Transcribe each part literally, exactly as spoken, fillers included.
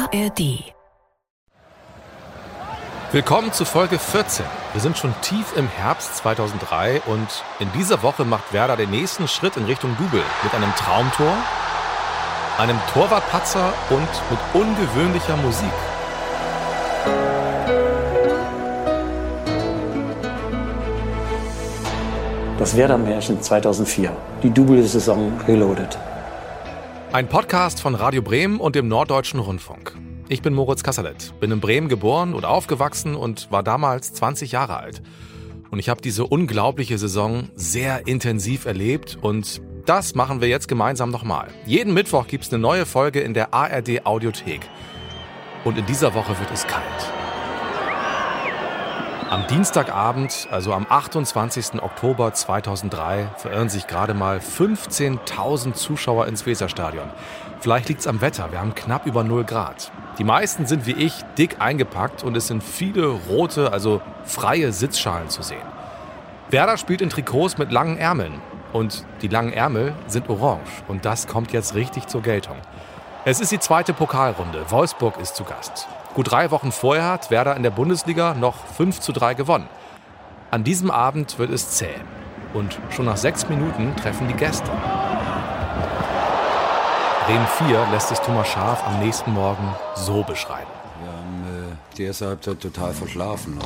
R D. Willkommen zu Folge vierzehn. Wir sind schon tief im Herbst zweitausenddrei und in dieser Woche macht Werder den nächsten Schritt in Richtung Double mit einem Traumtor, einem Torwartpatzer und mit ungewöhnlicher Musik. Das Werder-Märchen zweitausendvier, die Double-Saison Reloaded. Ein Podcast von Radio Bremen und dem Norddeutschen Rundfunk. Ich bin Moritz Kasserlet, bin in Bremen geboren und aufgewachsen und war damals zwanzig Jahre alt. Und ich habe diese unglaubliche Saison sehr intensiv erlebt und das machen wir jetzt gemeinsam nochmal. Jeden Mittwoch gibt es eine neue Folge in der A R D-Audiothek. Und in dieser Woche wird es kalt. Am Dienstagabend, also am achtundzwanzigsten Oktober zweitausenddrei, verirren sich gerade mal fünfzehntausend Zuschauer ins Weserstadion. Vielleicht liegt's am Wetter, wir haben knapp über null Grad. Die meisten sind wie ich dick eingepackt und es sind viele rote, also freie Sitzschalen zu sehen. Werder spielt in Trikots mit langen Ärmeln und die langen Ärmel sind orange und das kommt jetzt richtig zur Geltung. Es ist die zweite Pokalrunde, Wolfsburg ist zu Gast. Gut drei Wochen vorher hat Werder in der Bundesliga noch fünf zu drei gewonnen. An diesem Abend wird es zäh. Und schon nach sechs Minuten treffen die Gäste. Bremen vier lässt es Thomas Schaaf am nächsten Morgen so beschreiben. Wir haben äh, die erste Halbzeit total verschlafen. Und,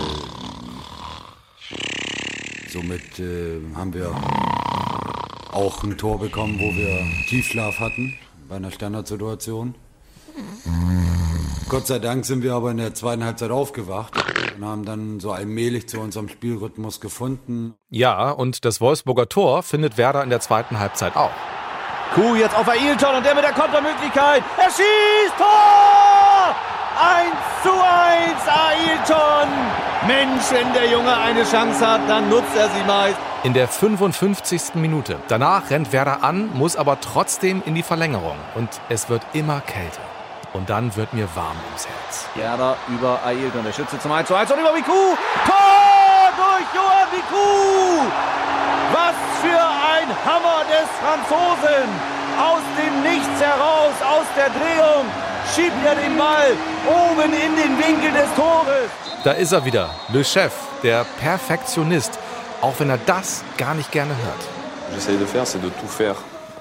äh, somit äh, haben wir auch ein Tor bekommen, wo wir Tiefschlaf hatten bei einer Standardsituation. Gott sei Dank sind wir aber in der zweiten Halbzeit aufgewacht und haben dann so allmählich zu unserem Spielrhythmus gefunden. Ja, und das Wolfsburger Tor findet Werder in der zweiten Halbzeit auch. Kuh jetzt auf Ailton und der mit der Kontermöglichkeit. Er schießt! Tor! eins zu eins Ailton! Mensch, wenn der Junge eine Chance hat, dann nutzt er sie meist. In der fünfundfünfzigsten Minute. Danach rennt Werder an, muss aber trotzdem in die Verlängerung. Und es wird immer kälter. Und dann wird mir warm ums Herz. Werder über Ailton, der Schütze zum eins zu eins und über Miku. Tor durch Johan Miku! Was für ein Hammer des Franzosen! Aus dem Nichts heraus, aus der Drehung, schiebt er den Ball oben in den Winkel des Tores. Da ist er wieder, Le Chef, der Perfektionist, auch wenn er das gar nicht gerne hört. J'essaie de faire, c'est de tout faire.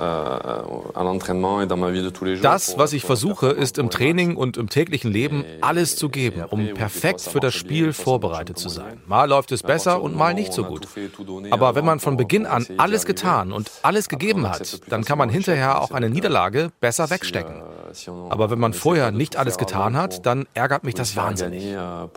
Das, was ich versuche, ist im Training und im täglichen Leben alles zu geben, um perfekt für das Spiel vorbereitet zu sein. Mal läuft es besser und mal nicht so gut. Aber wenn man von Beginn an alles getan und alles gegeben hat, dann kann man hinterher auch eine Niederlage besser wegstecken. Aber wenn man vorher nicht alles getan hat, dann ärgert mich das wahnsinnig.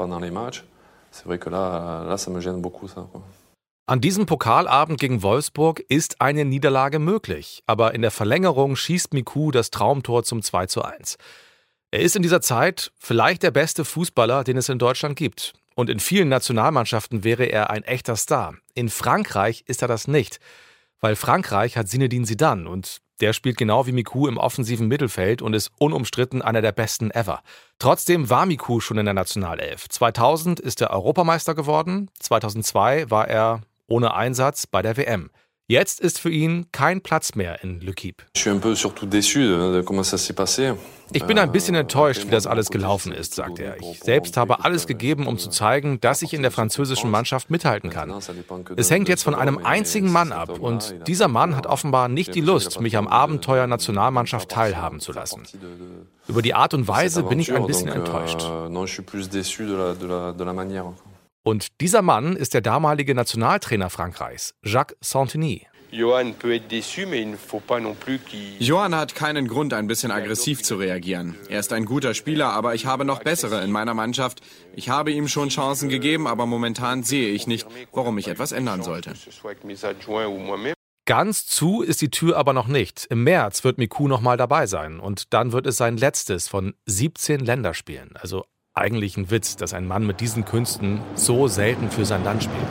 An diesem Pokalabend gegen Wolfsburg ist eine Niederlage möglich. Aber in der Verlängerung schießt Miku das Traumtor zum zwei zu eins. Er ist in dieser Zeit vielleicht der beste Fußballer, den es in Deutschland gibt. Und in vielen Nationalmannschaften wäre er ein echter Star. In Frankreich ist er das nicht. Weil Frankreich hat Zinedine Zidane und der spielt genau wie Miku im offensiven Mittelfeld und ist unumstritten einer der besten ever. Trotzdem war Miku schon in der Nationalelf. zweitausend ist er Europameister geworden, zweitausendzwei war er ohne Einsatz bei der W M. Jetzt ist für ihn kein Platz mehr in L'Équipe. Ich bin ein bisschen enttäuscht, wie das alles gelaufen ist, sagt er. Ich selbst habe alles gegeben, um zu zeigen, dass ich in der französischen Mannschaft mithalten kann. Es hängt jetzt von einem einzigen Mann ab und dieser Mann hat offenbar nicht die Lust, mich am Abenteuer Nationalmannschaft teilhaben zu lassen. Über die Art und Weise bin ich ein bisschen enttäuscht. Und dieser Mann ist der damalige Nationaltrainer Frankreichs, Jacques Santini. Johan hat keinen Grund, ein bisschen aggressiv zu reagieren. Er ist ein guter Spieler, aber ich habe noch bessere in meiner Mannschaft. Ich habe ihm schon Chancen gegeben, aber momentan sehe ich nicht, warum ich etwas ändern sollte. Ganz zu ist die Tür aber noch nicht. Im März wird Miku noch mal dabei sein und dann wird es sein letztes von siebzehn Länderspielen. Also eigentlich ein Witz, dass ein Mann mit diesen Künsten so selten für sein Land spielt.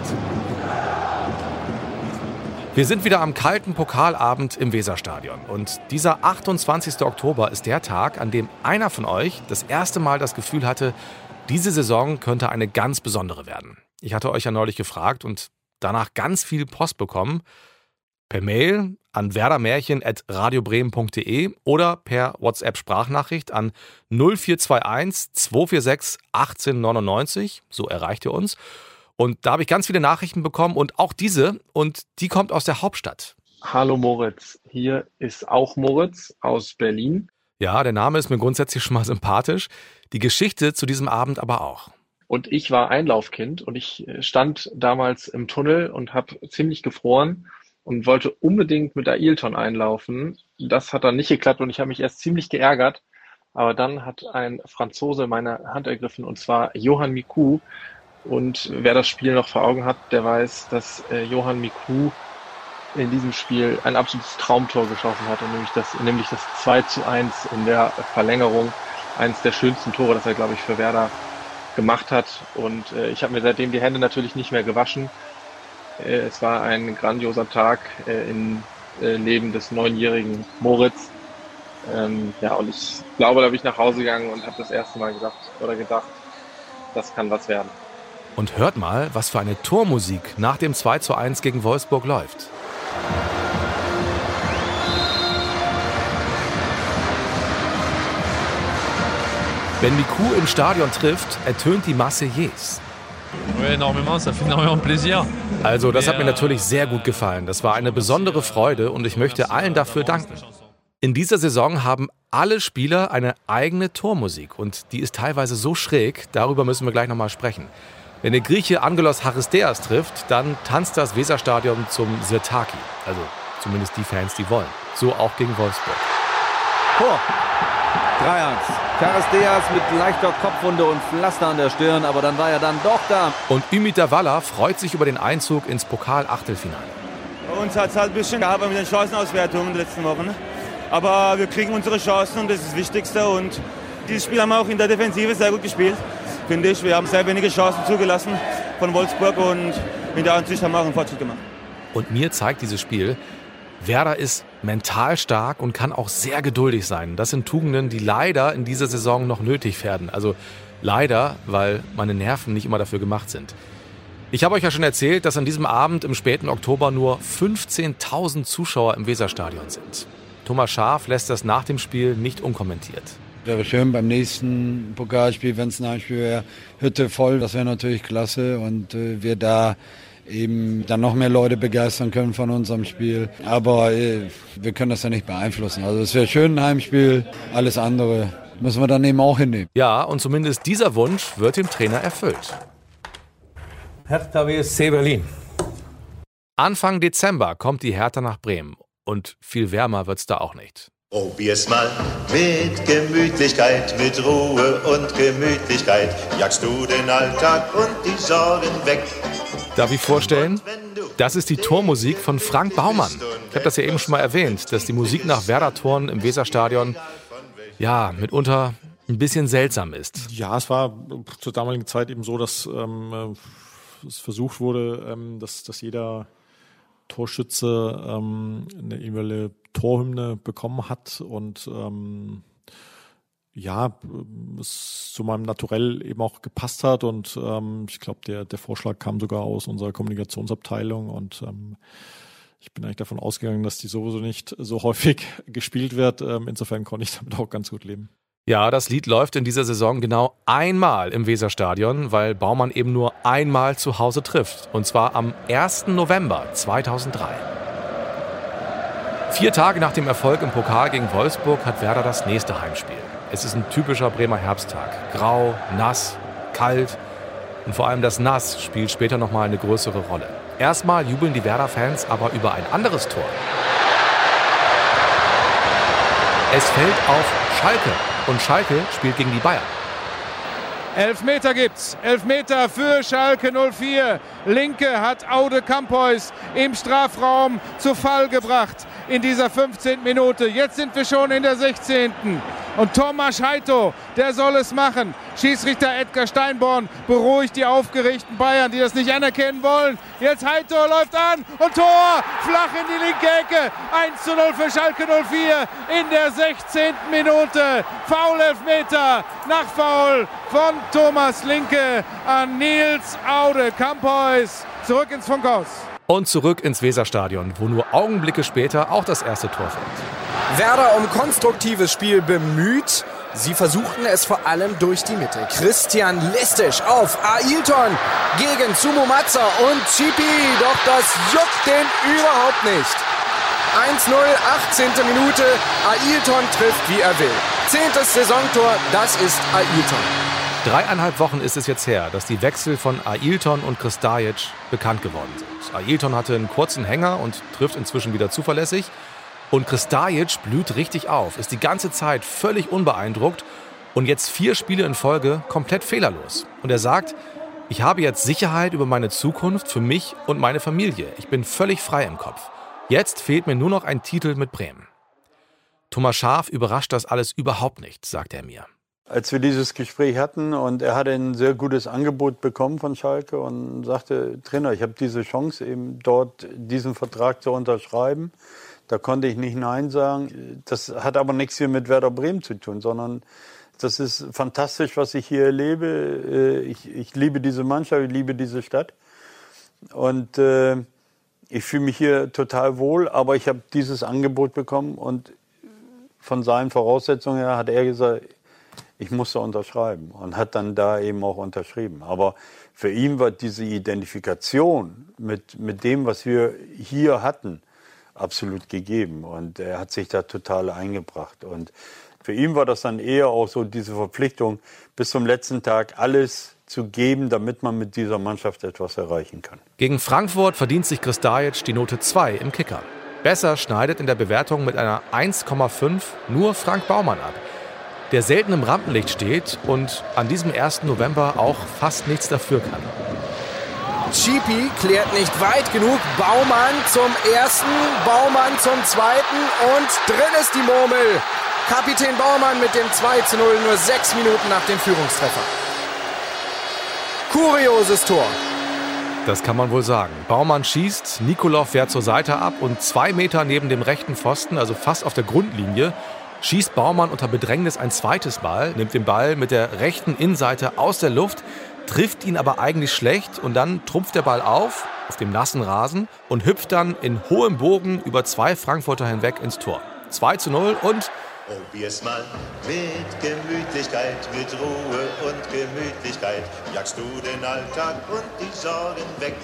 Wir sind wieder am kalten Pokalabend im Weserstadion. Und dieser achtundzwanzigsten Oktober ist der Tag, an dem einer von euch das erste Mal das Gefühl hatte, diese Saison könnte eine ganz besondere werden. Ich hatte euch ja neulich gefragt und danach ganz viel Post bekommen. Per Mail an werdermärchen at radiobremen punkt de oder per WhatsApp-Sprachnachricht an null vier zwei eins zwei vier sechs achtzehn neunundneunzig. So erreicht ihr uns. Und da habe ich ganz viele Nachrichten bekommen und auch diese. Und die kommt aus der Hauptstadt. Hallo Moritz, hier ist auch Moritz aus Berlin. Ja, der Name ist mir grundsätzlich schon mal sympathisch. Die Geschichte zu diesem Abend aber auch. Und ich war Einlaufkind und ich stand damals im Tunnel und habe ziemlich gefroren und wollte unbedingt mit Ailton einlaufen. Das hat dann nicht geklappt und ich habe mich erst ziemlich geärgert. Aber dann hat ein Franzose meine Hand ergriffen, und zwar Yohan Micoud. Und wer das Spiel noch vor Augen hat, der weiß, dass äh, Yohan Micoud in diesem Spiel ein absolutes Traumtor geschossen hat, und nämlich das, nämlich das zwei zu eins in der Verlängerung. Eines der schönsten Tore, das er, glaube ich, für Werder gemacht hat. Und äh, ich habe mir seitdem die Hände natürlich nicht mehr gewaschen. Es war ein grandioser Tag äh, im äh, Leben des neunjährigen Moritz. Ähm, ja, und ich glaube, da bin ich nach Hause gegangen und habe das erste Mal gedacht oder gedacht, das kann was werden. Und hört mal, was für eine Tormusik nach dem zwei zu eins gegen Wolfsburg läuft. Wenn Micoud im Stadion trifft, ertönt die Marseillaise. Also das hat mir natürlich sehr gut gefallen. Das war eine besondere Freude und ich möchte allen dafür danken. In dieser Saison haben alle Spieler eine eigene Tormusik und die ist teilweise so schräg, darüber müssen wir gleich nochmal sprechen. Wenn der Grieche Angelos Charisteas trifft, dann tanzt das Weserstadion zum Sirtaki. Also zumindest die Fans, die wollen. So auch gegen Wolfsburg. Tor. drei eins. Charisteas mit leichter Kopfwunde und Pflaster an der Stirn, aber dann war er dann doch da. Und Ümit Davala freut sich über den Einzug ins Pokal-Achtelfinale. Bei uns hat es halt ein bisschen gehabt mit den Chancenauswertungen in den letzten Wochen. Aber wir kriegen unsere Chancen und das ist das Wichtigste. Und dieses Spiel haben wir auch in der Defensive sehr gut gespielt, finde ich. Wir haben sehr wenige Chancen zugelassen von Wolfsburg und in der Ansicht haben wir auch einen Fortschritt gemacht. Und mir zeigt dieses Spiel, Werder ist mental stark und kann auch sehr geduldig sein. Das sind Tugenden, die leider in dieser Saison noch nötig werden. Also leider, weil meine Nerven nicht immer dafür gemacht sind. Ich habe euch ja schon erzählt, dass an diesem Abend im späten Oktober nur fünfzehntausend Zuschauer im Weserstadion sind. Thomas Schaaf lässt das nach dem Spiel nicht unkommentiert. Wäre schön beim nächsten Pokalspiel, wenn es ein Heimspiel wäre, Hütte voll. Das wäre natürlich klasse und äh, wir da eben dann noch mehr Leute begeistern können von unserem Spiel. Aber äh, wir können das ja nicht beeinflussen. Also es wäre schön, ein Heimspiel, alles andere müssen wir dann eben auch hinnehmen. Ja, und zumindest dieser Wunsch wird dem Trainer erfüllt. Hertha B S C Berlin. Anfang Dezember kommt die Hertha nach Bremen. Und viel wärmer wird's da auch nicht. Probier's mal mit Gemütlichkeit, mit Ruhe und Gemütlichkeit. Jagst du den Alltag und die Sorgen weg. Darf ich vorstellen? Das ist die Tormusik von Frank Baumann. Ich habe das ja eben schon mal erwähnt, dass die Musik nach Werder-Toren im Weserstadion ja mitunter ein bisschen seltsam ist. Ja, es war zur damaligen Zeit eben so, dass ähm, es versucht wurde, ähm, dass, dass jeder Torschütze ähm, eine individuelle Torhymne bekommen hat und ähm, ja, es zu meinem Naturell eben auch gepasst hat und ähm, ich glaube, der, der Vorschlag kam sogar aus unserer Kommunikationsabteilung und ähm, ich bin eigentlich davon ausgegangen, dass die sowieso nicht so häufig gespielt wird. Ähm, insofern konnte ich damit auch ganz gut leben. Ja, das Lied läuft in dieser Saison genau einmal im Weserstadion, weil Baumann eben nur einmal zu Hause trifft. Und zwar am ersten November zweitausenddrei. Vier Tage nach dem Erfolg im Pokal gegen Wolfsburg hat Werder das nächste Heimspiel. Es ist ein typischer Bremer Herbsttag. Grau, nass, kalt und vor allem das Nass spielt später nochmal eine größere Rolle. Erstmal jubeln die Werder-Fans aber über ein anderes Tor. Es fällt auf Schalke. Und Schalke spielt gegen die Bayern. Elfmeter gibt's. Elfmeter für Schalke null vier. Linke hat Aude Campois im Strafraum zu Fall gebracht in dieser fünfzehnten Minute. Jetzt sind wir schon in der sechzehnten Und Tomasz Heito, der soll es machen. Schiedsrichter Edgar Steinborn beruhigt die aufgeregten Bayern, die das nicht anerkennen wollen. Jetzt Heito läuft an und Tor, flach in die linke Ecke. eins zu null für Schalke null vier in der sechzehnten Minute. Foul-Elfmeter nach Foul von Thomas Linke an Nils Aude Campois. Zurück ins Funkhaus. Und zurück ins Weserstadion, wo nur Augenblicke später auch das erste Tor fällt. Werder um konstruktives Spiel bemüht. Sie versuchten es vor allem durch die Mitte. Christian Listisch auf Ailton gegen Zumu-Matza und Chipi. Doch das juckt den überhaupt nicht. eins null, achtzehnte Minute. Ailton trifft, wie er will. Zehntes Saisontor, das ist Ailton. Dreieinhalb Wochen ist es jetzt her, dass die Wechsel von Ailton und Kristajic bekannt geworden sind. Ailton hatte einen kurzen Hänger und trifft inzwischen wieder zuverlässig. Und Kristajic blüht richtig auf, ist die ganze Zeit völlig unbeeindruckt und jetzt vier Spiele in Folge komplett fehlerlos. Und er sagt, ich habe jetzt Sicherheit über meine Zukunft für mich und meine Familie. Ich bin völlig frei im Kopf. Jetzt fehlt mir nur noch ein Titel mit Bremen. Thomas Schaaf überrascht das alles überhaupt nicht, sagt er mir. Als wir dieses Gespräch hatten und er hatte ein sehr gutes Angebot bekommen von Schalke und sagte, Trainer, ich habe diese Chance, eben dort diesen Vertrag zu unterschreiben. Da konnte ich nicht Nein sagen. Das hat aber nichts hier mit Werder Bremen zu tun, sondern das ist fantastisch, was ich hier erlebe. Ich, ich liebe diese Mannschaft, ich liebe diese Stadt. Und äh, ich fühle mich hier total wohl, aber ich habe dieses Angebot bekommen und von seinen Voraussetzungen her hat er gesagt, ich musste unterschreiben und hat dann da eben auch unterschrieben. Aber für ihn war diese Identifikation mit, mit dem, was wir hier hatten, absolut gegeben. Und er hat sich da total eingebracht. Und für ihn war das dann eher auch so diese Verpflichtung, bis zum letzten Tag alles zu geben, damit man mit dieser Mannschaft etwas erreichen kann. Gegen Frankfurt verdient sich Kristajic die Note zwei im Kicker. Besser schneidet in der Bewertung mit einer eins Komma fünf nur Frank Baumann ab, der selten im Rampenlicht steht und an diesem ersten November auch fast nichts dafür kann. Chipi klärt nicht weit genug. Baumann zum ersten, Baumann zum zweiten und drin ist die Murmel. Kapitän Baumann mit dem zwei zu null, nur sechs Minuten nach dem Führungstreffer. Kurioses Tor. Das kann man wohl sagen. Baumann schießt, Nikolov fährt zur Seite ab und zwei Meter neben dem rechten Pfosten, also fast auf der Grundlinie, schießt Baumann unter Bedrängnis ein zweites Mal, nimmt den Ball mit der rechten Innenseite aus der Luft, trifft ihn aber eigentlich schlecht und dann trumpft der Ball auf, auf dem nassen Rasen und hüpft dann in hohem Bogen über zwei Frankfurter hinweg ins Tor. zwei zu null und Probier's mal mit Gemütlichkeit, mit Ruhe und Gemütlichkeit. Jagst du den Alltag und die Sorgen weg.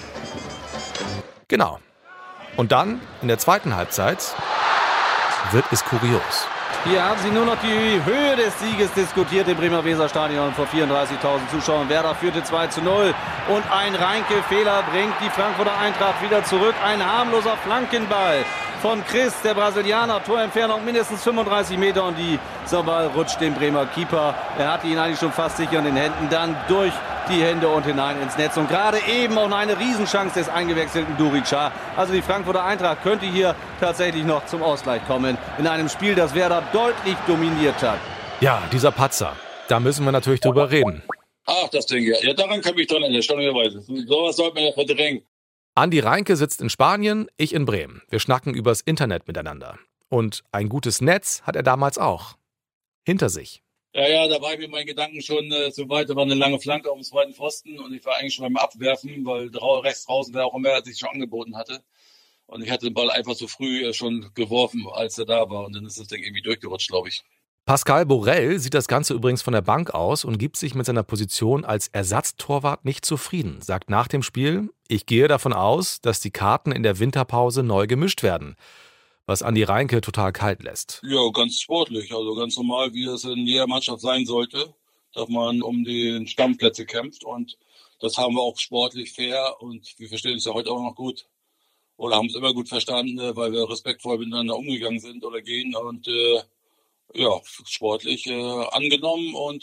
Genau. Und dann, in der zweiten Halbzeit, wird es kurios. Hier haben sie nur noch die Höhe des Sieges diskutiert im Bremer Weserstadion vor vierunddreißigtausend Zuschauern. Werder führte zwei zu null und ein Reinke-Fehler bringt die Frankfurter Eintracht wieder zurück. Ein harmloser Flankenball von Chris, der Brasilianer. Torentfernung mindestens fünfunddreißig Meter und dieser Ball rutscht dem Bremer Keeper. Er hatte ihn eigentlich schon fast sicher in den Händen, dann durch die Hände und hinein ins Netz. Und gerade eben auch eine Riesenchance des eingewechselten Durica. Also die Frankfurter Eintracht könnte hier tatsächlich noch zum Ausgleich kommen in einem Spiel, das Werder deutlich dominiert hat. Ja, dieser Patzer, da müssen wir natürlich drüber reden. Ach, das Ding ja. Ja, daran kann ich dran erinnern, erstaunlicherweise. Sowas sollte man ja verdrängen. Andi Reinke sitzt in Spanien, ich in Bremen. Wir schnacken übers Internet miteinander. Und ein gutes Netz hat er damals auch. Hinter sich. Ja, ja, da war ich mit meinen Gedanken schon äh, so weit. Da war eine lange Flanke auf dem zweiten Pfosten und ich war eigentlich schon beim Abwerfen, weil drau- rechts draußen wer auch immer sich schon angeboten hatte. Und ich hatte den Ball einfach so früh äh, schon geworfen, als er da war. Und dann ist das Ding irgendwie durchgerutscht, glaube ich. Pascal Borel sieht das Ganze übrigens von der Bank aus und gibt sich mit seiner Position als Ersatztorwart nicht zufrieden. Sagt nach dem Spiel, ich gehe davon aus, dass die Karten in der Winterpause neu gemischt werden. Was Andi Reinke total kalt lässt. Ja, ganz sportlich, also ganz normal, wie es in jeder Mannschaft sein sollte, dass man um die Stammplätze kämpft und das haben wir auch sportlich fair und wir verstehen es ja heute auch noch gut oder haben es immer gut verstanden, weil wir respektvoll miteinander umgegangen sind oder gehen und äh, ja, sportlich äh, angenommen und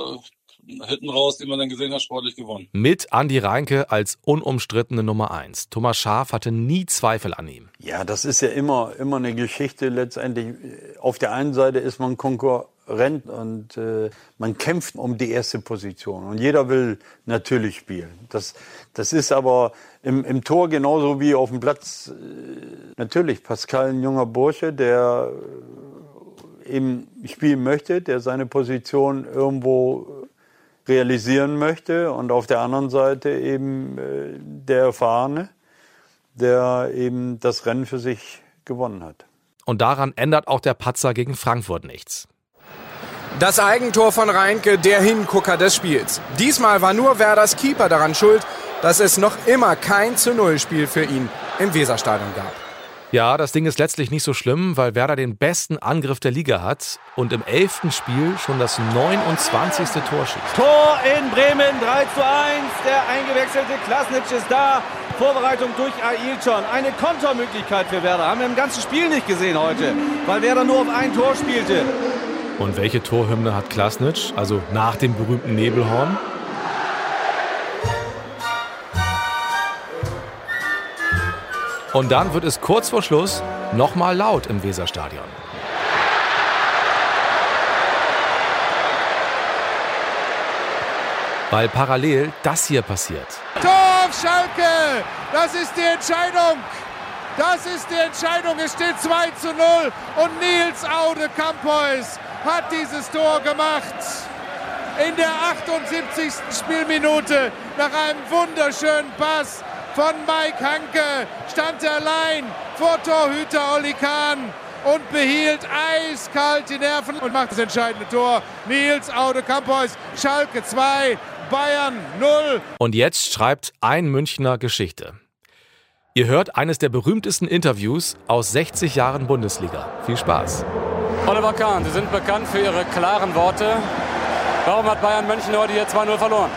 äh, hinten raus, die man dann gesehen hat, sportlich gewonnen. Mit Andi Reinke als unumstrittene Nummer eins. Thomas Schaaf hatte nie Zweifel an ihm. Ja, das ist ja immer, immer eine Geschichte letztendlich. Auf der einen Seite ist man Konkurrent und äh, man kämpft um die erste Position. Und jeder will natürlich spielen. Das, das ist aber im, im Tor genauso wie auf dem Platz. Äh, natürlich, Pascal, ein junger Bursche, der eben spielen möchte, der seine Position irgendwo realisieren möchte und auf der anderen Seite eben äh, der Erfahrene, der eben das Rennen für sich gewonnen hat. Und daran ändert auch der Patzer gegen Frankfurt nichts. Das Eigentor von Reinke, der Hingucker des Spiels. Diesmal war nur Werders Keeper daran schuld, dass es noch immer kein zu null Spiel für ihn im Weserstadion gab. Ja, das Ding ist letztlich nicht so schlimm, weil Werder den besten Angriff der Liga hat und im elften Spiel schon das neunundzwanzigste Tor schießt. Tor in Bremen, drei zu eins. Der eingewechselte Klasnic ist da. Vorbereitung durch Ailton. Eine Kontermöglichkeit für Werder. Haben wir im ganzen Spiel nicht gesehen heute, weil Werder nur auf ein Tor spielte. Und welche Torhymne hat Klasnic, also nach dem berühmten Nebelhorn? Und dann wird es kurz vor Schluss nochmal laut im Weserstadion. Weil parallel das hier passiert. Tor auf Schalke! Das ist die Entscheidung! Das ist die Entscheidung. Es steht zwei zu null und Nils Aude Campois hat dieses Tor gemacht. In der achtundsiebzigsten Spielminute nach einem wunderschönen Pass von Mike Hanke stand er allein vor Torhüter Olli Kahn und behielt eiskalt die Nerven und macht das entscheidende Tor. Nils Aude Campois, Schalke zwei, Bayern null. Und jetzt schreibt ein Münchner Geschichte. Ihr hört eines der berühmtesten Interviews aus sechzig Jahren Bundesliga. Viel Spaß. Oliver Kahn, Sie sind bekannt für Ihre klaren Worte. Warum hat Bayern München heute hier zwei null verloren?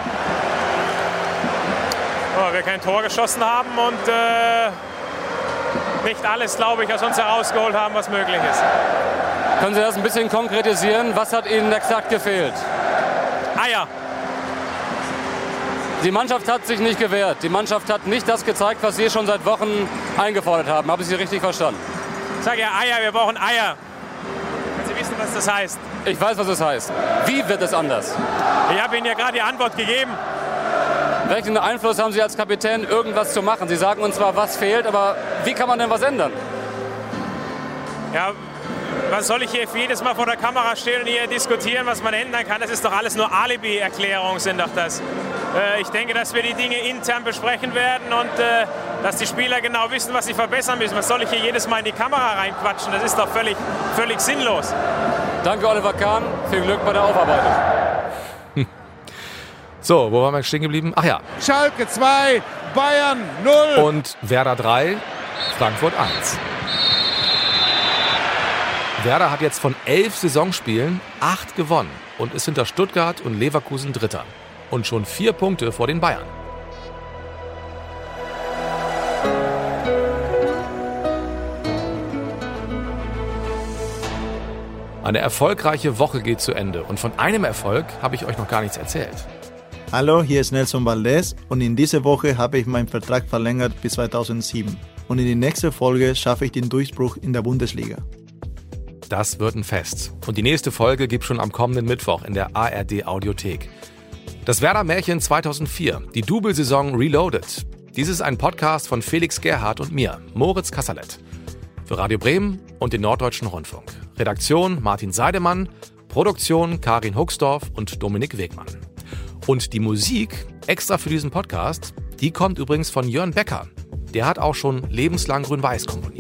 Weil wir kein Tor geschossen haben und äh, nicht alles, glaube ich, aus uns herausgeholt haben, was möglich ist. Können Sie das ein bisschen konkretisieren? Was hat Ihnen exakt gefehlt? Eier. Die Mannschaft hat sich nicht gewehrt. Die Mannschaft hat nicht das gezeigt, was Sie schon seit Wochen eingefordert haben. Habe ich Sie richtig verstanden? Ich sage ja Eier, wir brauchen Eier. Wenn Sie wissen, was das heißt. Ich weiß, was es heißt. Wie wird es anders? Ich habe Ihnen ja gerade die Antwort gegeben. Welchen Einfluss haben Sie als Kapitän, irgendwas zu machen? Sie sagen uns zwar, was fehlt, aber wie kann man denn was ändern? Ja, was soll ich hier jedes Mal vor der Kamera stehen und hier diskutieren, was man ändern kann? Das ist doch alles nur Alibi-Erklärungen, sind doch das. Äh, ich denke, dass wir die Dinge intern besprechen werden und äh, dass die Spieler genau wissen, was sie verbessern müssen. Was soll ich hier jedes Mal in die Kamera reinquatschen? Das ist doch völlig, völlig sinnlos. Danke, Oliver Kahn. Viel Glück bei der Aufarbeitung. So, wo waren wir stehen geblieben? Ach ja. Schalke zwei, Bayern null. Und Werder drei, Frankfurt eins. Werder hat jetzt von elf Saisonspielen acht gewonnen und ist hinter Stuttgart und Leverkusen Dritter. Und schon vier Punkte vor den Bayern. Eine erfolgreiche Woche geht zu Ende und von einem Erfolg habe ich euch noch gar nichts erzählt. Hallo, hier ist Nelson Valdez und in dieser Woche habe ich meinen Vertrag verlängert bis zweitausendsieben. Und in der nächsten Folge schaffe ich den Durchbruch in der Bundesliga. Das wird ein Fest. Und die nächste Folge gibt es schon am kommenden Mittwoch in der A R D-Audiothek. Das Werder-Märchen zweitausendvier, die Double-Saison Reloaded. Dies ist ein Podcast von Felix Gerhardt und mir, Moritz Kasserlet. Für Radio Bremen und den Norddeutschen Rundfunk. Redaktion Martin Seidemann, Produktion Karin Huxdorf und Dominik Wegmann. Und die Musik, extra für diesen Podcast, die kommt übrigens von Jörn Becker. Der hat auch schon lebenslang Grün-Weiß komponiert.